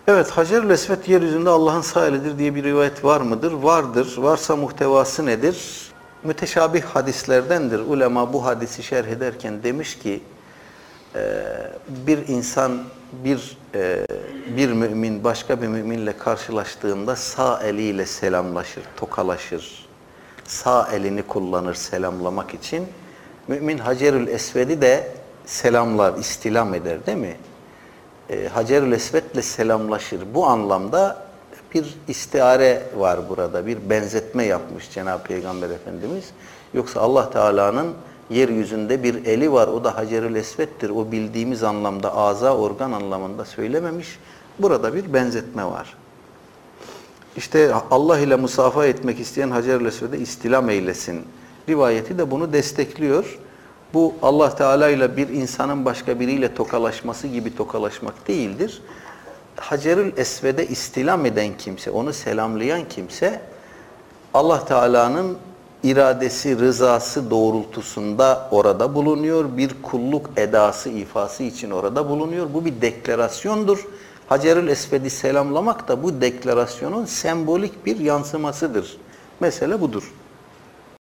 Evet, Hacer-ül Esved yeryüzünde Allah'ın sağ elidir diye bir rivayet var mıdır? Vardır. Varsa muhtevası nedir? Müteşabih hadislerdendir. Ulema bu hadisi şerh ederken demiş ki, bir insan, bir mümin başka bir müminle karşılaştığında sağ eliyle selamlaşır, tokalaşır. Sağ elini kullanır selamlamak için. Mümin Hacer-ül Esved'i de selamlar, istilam eder değil mi? Hacer-ül Esved'le selamlaşır. Bu anlamda bir istiare var burada. Bir benzetme yapmış Cenab-ı Peygamber Efendimiz. Yoksa Allah Teala'nın yeryüzünde bir eli var. O da Hacer-ül Esved'dir. O bildiğimiz anlamda, aza, organ anlamında söylememiş. Burada bir benzetme var. İşte Allah ile musafaha etmek isteyen Hacer-ül Esved'e istilam eylesin rivayeti de bunu destekliyor. Bu Allah Teala ile bir insanın başka biriyle tokalaşması gibi tokalaşmak değildir. Hacer-ül Esved'e istilam eden kimse, onu selamlayan kimse Allah Teala'nın iradesi, rızası doğrultusunda orada bulunuyor. Bir kulluk edası, ifası için orada bulunuyor. Bu bir deklarasyondur. Hacer-ül Esved'i selamlamak da bu deklarasyonun sembolik bir yansımasıdır. Mesele budur.